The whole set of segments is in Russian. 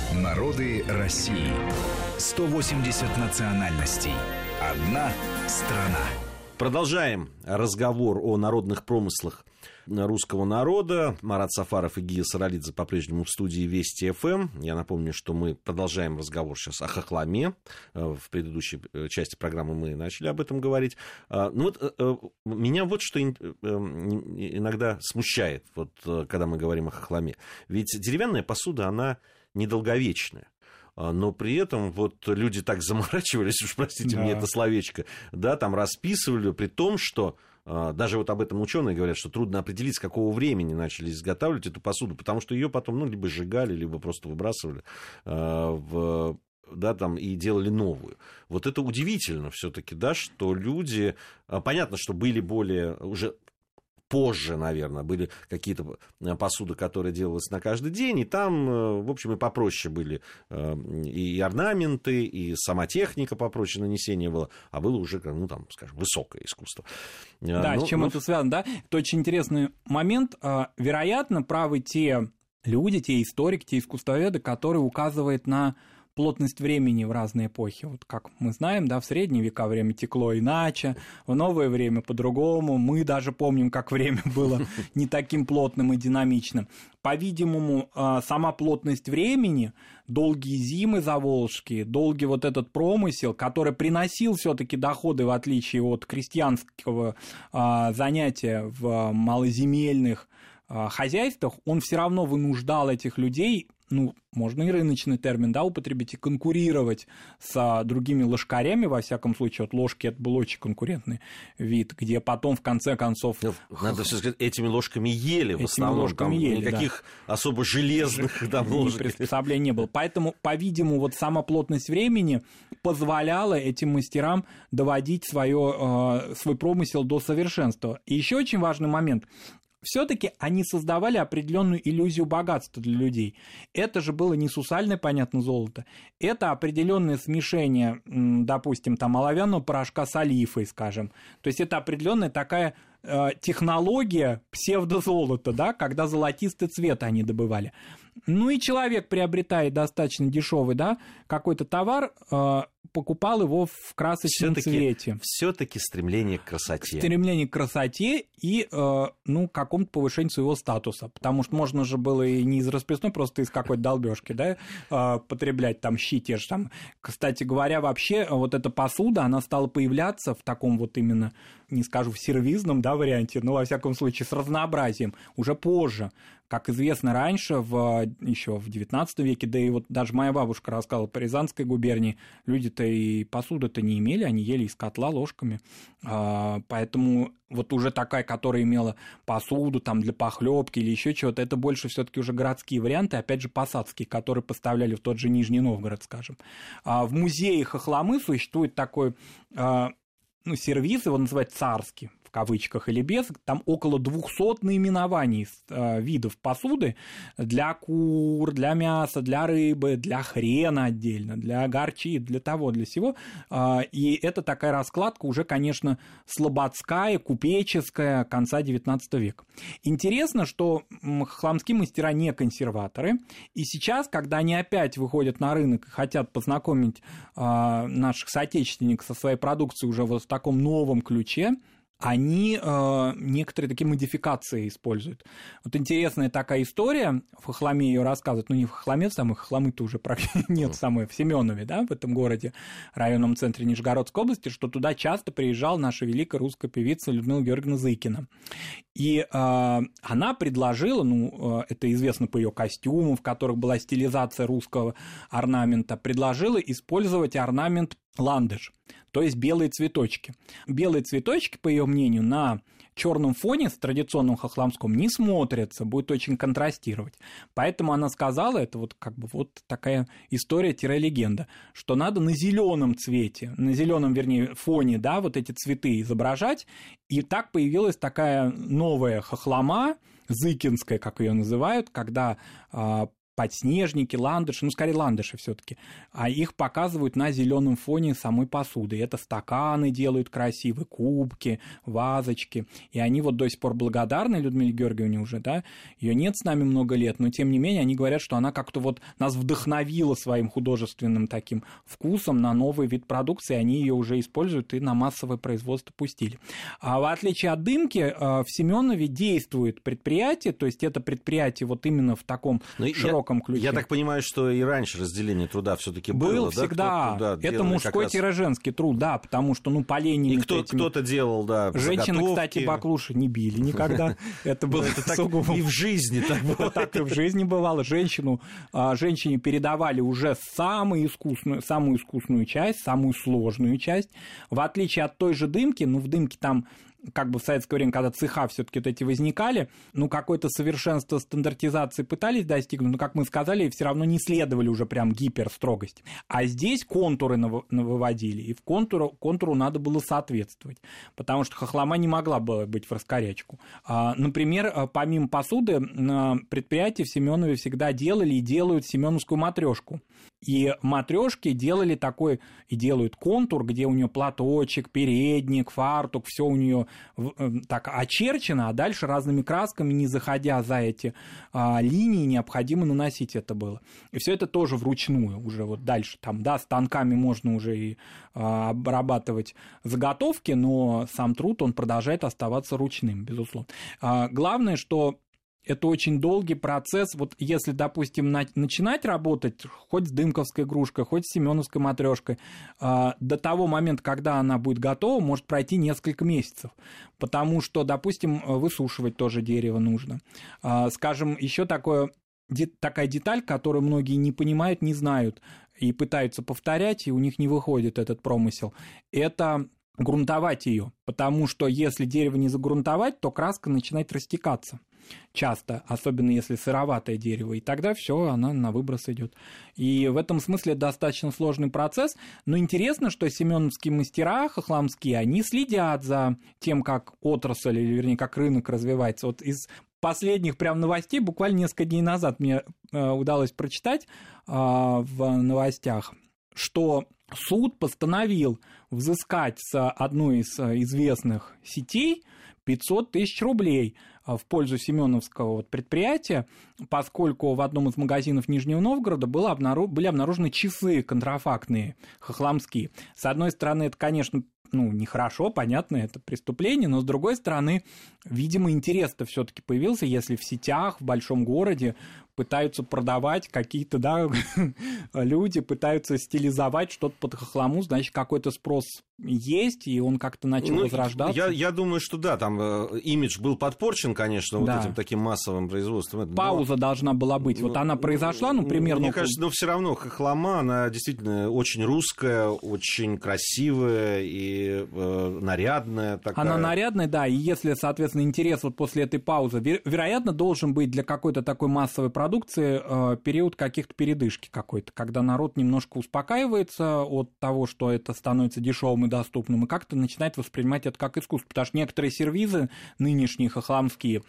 Народы России. 180 национальностей. Одна страна. Продолжаем разговор о народных промыслах русского народа. Марат Сафаров и Гия Саралидзе по-прежнему в студии Вести ФМ. Я напомню, что мы продолжаем разговор сейчас о хохломе. В предыдущей части программы мы начали об этом говорить. Меня вот что иногда смущает, когда мы говорим о хохломе. Ведь деревянная посуда, она недолговечная. Но при этом люди так заморачивались, уж простите мне это словечко, да, там расписывали, при том, что даже об этом ученые говорят, что трудно определить, с какого времени начали изготавливать эту посуду, потому что ее потом либо сжигали, либо просто выбрасывали и делали новую. Вот это удивительно все-таки, да, что люди, понятно, что были более уже позже, наверное, были какие-то посуды, которые делались на каждый день, и там, в общем, и попроще были и орнаменты, и сама техника попроще нанесения была, а было уже, скажем, высокое искусство. Да, с чем это связано, да? Это очень интересный момент. Вероятно, правы те люди, те историки, те искусствоведы, которые указывают на плотность времени в разные эпохи. Вот как мы знаем, да, в средние века время текло иначе, в новое время по-другому. Мы даже помним, как время было не таким плотным и динамичным. По-видимому, сама плотность времени, долгие зимы заволжские, долгий этот промысел, который приносил все-таки доходы, в отличие от крестьянского занятия в малоземельных хозяйствах, он все равно вынуждал этих людей, можно и рыночный термин, да, употребить, и конкурировать с другими ложкарями, во всяком случае, ложки это был очень конкурентный вид, где потом, в конце концов... Надо все сказать, этими ложками ели в основном, никаких особо железных ложек. Приспособлений не было. Поэтому, по-видимому, сама плотность времени позволяла этим мастерам доводить свой промысел до совершенства. И еще очень важный момент. Все-таки они создавали определенную иллюзию богатства для людей. Это же было не сусальное, понятно, золото. Это определенное смешение, допустим, оловянного порошка с олифой, скажем. То есть это определенная такая технология псевдозолота, да, когда золотистый цвет они добывали. И человек, приобретая достаточно дешевый, да, какой-то товар, покупал его в красочном цвете. Все-таки стремление к красоте. Стремление к красоте и какому-то повышению своего статуса. Потому что можно же было и не из расписной, просто из какой-то долбёжки, да, потреблять щи те же там. Кстати говоря, вообще эта посуда, она стала появляться в таком именно, не скажу в сервизном, да, варианте, но во всяком случае с разнообразием уже позже. Как известно, раньше, еще в XIX веке, да и даже моя бабушка рассказывала, по Рязанской губернии люди-то и посуды-то не имели, они ели из котла ложками. Поэтому уже такая, которая имела посуду для похлебки или еще чего-то, это больше все-таки уже городские варианты, опять же, посадские, которые поставляли в тот же Нижний Новгород, скажем. В музее хохломы существует такой сервиз, его называют царский, в кавычках или без, там около 200 наименований видов посуды для кур, для мяса, для рыбы, для хрена отдельно, для горчиц, для того, для всего. И это такая раскладка уже, конечно, слободская, купеческая, конца XIX века. Интересно, что хохломские мастера не консерваторы, и сейчас, когда они опять выходят на рынок и хотят познакомить наших соотечественников со своей продукцией уже в таком новом ключе, они некоторые такие модификации используют. Интересная такая история, в Хохломе ее рассказывают, не в Хохломе, Хохломы-то уже нет, в Семенове, да, в этом городе, районном центре Нижегородской области, что туда часто приезжала наша великая русская певица Людмила Георгиевна Зыкина. И она предложила, это известно по ее костюму, в которых была стилизация русского орнамента, предложила использовать орнамент ландыш, то есть белые цветочки. Белые цветочки, по ее мнению, на черном фоне с традиционным хохломском не смотрятся, будет очень контрастировать. Поэтому она сказала, это такая история-легенда, что надо на зеленом цвете, на зеленом, фоне, да, эти цветы изображать. И так появилась такая новая хохлома, зыкинская, как ее называют, когда подснежники, ландыши, ну, скорее ландыши все-таки, а их показывают на зеленом фоне самой посуды. И это стаканы делают красивые, кубки, вазочки. И они вот до сих пор благодарны Людмиле Георгиевне уже, да, ее нет с нами много лет, но тем не менее они говорят, что она как-то вот нас вдохновила своим художественным таким вкусом на новый вид продукции, они ее уже используют и на массовое производство пустили. А в отличие от дымки, в Семенове действует предприятие, то есть это предприятие вот именно в таком широком ключе. Я так понимаю, что и раньше разделение труда все-таки было. Был всегда. Да? Это мужской-женский труд, да, потому что, ну, поленьями... И кто-то делал, да, Женщины, заготовки. кстати, баклуши не били никогда. Это было сугубо... И в жизни так было. Так и в жизни бывало. Женщине передавали уже самую искусную часть, самую сложную часть. В отличие от той же дымки, ну, в дымке там как бы в советское время, когда цеха все-таки вот эти возникали, ну, какое-то совершенство стандартизации пытались достигнуть, но, как мы сказали, все равно не следовали уже прям гиперстрогости. А здесь контуры выводили, и в контуру надо было соответствовать, потому что хохлома не могла быть в раскорячку. Например, помимо посуды, предприятия в Семенове всегда делали и делают семеновскую матрешку. И матрешки делали такой, и делают контур, где у нее платочек, передник, фартук, все у нее так очерчено, а дальше разными красками, не заходя за эти линии, необходимо наносить это было. И все это тоже вручную уже вот дальше. Там, да, станками можно уже и обрабатывать заготовки, но сам труд, он продолжает оставаться ручным, безусловно. Главное, что это очень долгий процесс. Вот если, допустим, начинать работать хоть с дымковской игрушкой, хоть с семеновской матрешкой, до того момента, когда она будет готова, может пройти несколько месяцев. Потому что, допустим, высушивать тоже дерево нужно. Скажем, еще такая деталь, которую многие не понимают, не знают и пытаются повторять, и у них не выходит этот промысел. Это грунтовать ее. Потому что если дерево не загрунтовать, то краска начинает растекаться. Часто, особенно если сыроватое дерево, и тогда все, она на выброс идет. И в этом смысле достаточно сложный процесс, но интересно, что семеновские мастера хохломские, они следят за тем, как отрасль, или вернее, как рынок развивается. Вот из последних прям новостей, буквально несколько дней назад мне удалось прочитать в новостях, что суд постановил взыскать с одной из известных сетей 500 тысяч рублей в пользу семеновского предприятия, поскольку в одном из магазинов Нижнего Новгорода были обнаружены часы контрафактные, хохломские. С одной стороны, это, конечно, нехорошо, понятно, это преступление, но с другой стороны, видимо, интерес-то все-таки появился, если в сетях, в большом городе пытаются продавать какие-то, да, люди пытаются стилизовать что-то под хохлому, значит, какой-то спрос есть, и он как-то начал возрождаться. Я думаю, что да, там имидж был подпорчен, конечно, вот этим таким массовым производством. Пауза должна была быть. Вот она произошла, примерно... Мне кажется, но все равно хохлома, она действительно очень русская, очень красивая и нарядная такая. Она нарядная, да, и если, соответственно, интерес вот после этой паузы, вероятно, должен быть для какой-то такой массовой продукции период каких-то передышки какой-то, когда народ немножко успокаивается от того, что это становится дешевым и доступным, и как-то начинает воспринимать это как искусство. Потому что некоторые сервизы нынешние хохломские,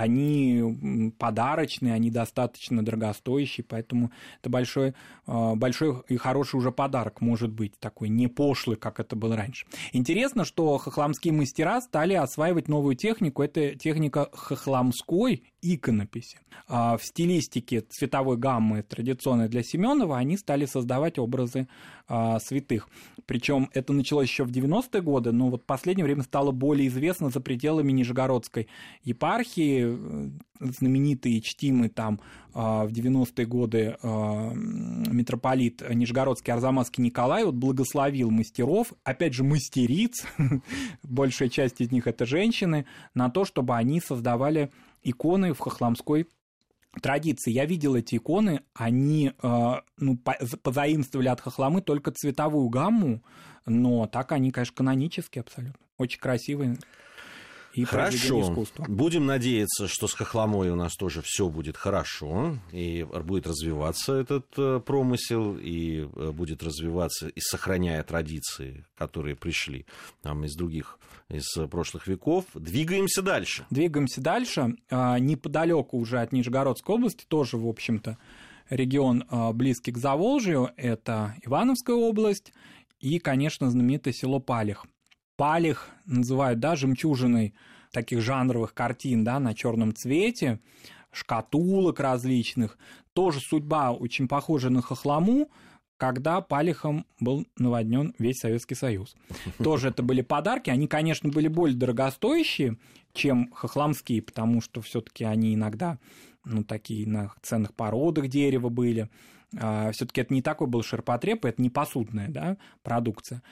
они подарочные, они достаточно дорогостоящие, поэтому это большой и хороший уже подарок может быть, такой не пошлый, как это было раньше. Интересно, что хохломские мастера стали осваивать новую технику, это техника хохломской иконописи. В стилистике цветовой гаммы, традиционной для Семенова, они стали создавать образы святых. Причем это началось еще в 90-е годы, но вот в последнее время стало более известно за пределами Нижегородской епархии. Знаменитый и чтимый там в 90-е годы митрополит Нижегородский Арзамасский Николай вот благословил мастеров, опять же мастериц, большая часть из них это женщины, на то, чтобы они создавали иконы в хохломской традиции. Я видел эти иконы, они позаимствовали от хохломы только цветовую гамму, но так они, конечно, канонические абсолютно, очень красивые. И хорошо. Будем надеяться, что с хохломой у нас тоже все будет хорошо, и будет развиваться этот промысел, и будет развиваться, и сохраняя традиции, которые пришли там из прошлых веков. Двигаемся дальше. Неподалеку уже от Нижегородской области, тоже, в общем-то, регион, близкий к Заволжью, это Ивановская область и, конечно, знаменитое село Палих. Палих называют, да, жемчужиной таких жанровых картин, да, на черном цвете, шкатулок различных. Тоже судьба очень похожа на Хохлому, когда Палихом был наводнен весь Советский Союз. Тоже это были подарки. Они, конечно, были более дорогостоящие, чем хохломские, потому что все-таки они иногда, ну, такие на ценных породах дерева были. Все-таки это не такой был ширпотреб, это не посудная, да, продукция.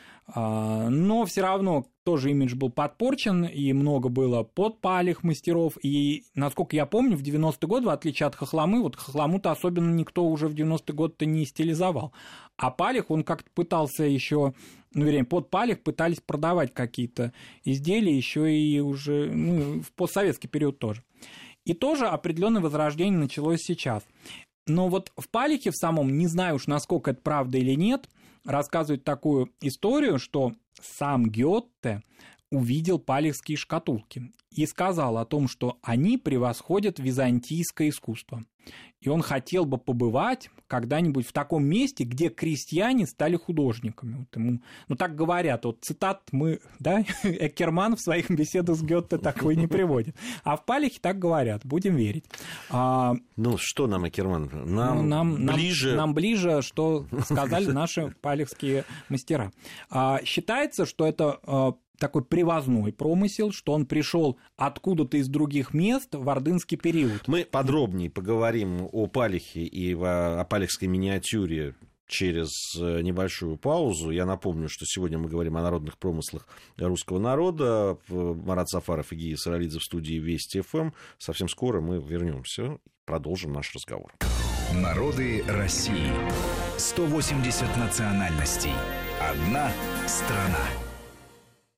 Но все равно тоже имидж был подпорчен, и много было под Палих мастеров. И, насколько я помню, в 90-е годы, в отличие от Хохломы, вот Хохлому-то особенно никто уже в 90-е годы-то не стилизовал. А Палих, он как-то пытался еще, ну, вернее, под Палих пытались продавать какие-то изделия еще и уже, ну, в постсоветский период тоже. И тоже определенное возрождение началось сейчас. Но вот в Палихе в самом, не знаю уж, насколько это правда или нет, рассказывают такую историю, что сам Гёте увидел палихские шкатулки и сказал о том, что они превосходят византийское искусство. И он хотел бы побывать когда-нибудь в таком месте, где крестьяне стали художниками. Вот ему, ну, так говорят, вот цитат мы, да, Эккерман в своих беседах с Гёте такой не приводит. А в Палихе так говорят, будем верить. Ну, что нам, Эккерман? Нам ближе... Нам ближе, что сказали наши палихские мастера. Считается, что это такой привозной промысел, что он пришел откуда-то из других мест в ордынский период. Мы подробнее поговорим о Палихе и о палихской миниатюре через небольшую паузу. Я напомню, что сегодня мы говорим о народных промыслах русского народа. Марат Сафаров и Гия Саралидзе в студии Вести ФМ. Совсем скоро мы вернемся и продолжим наш разговор. Народы России. 180 национальностей. Одна страна.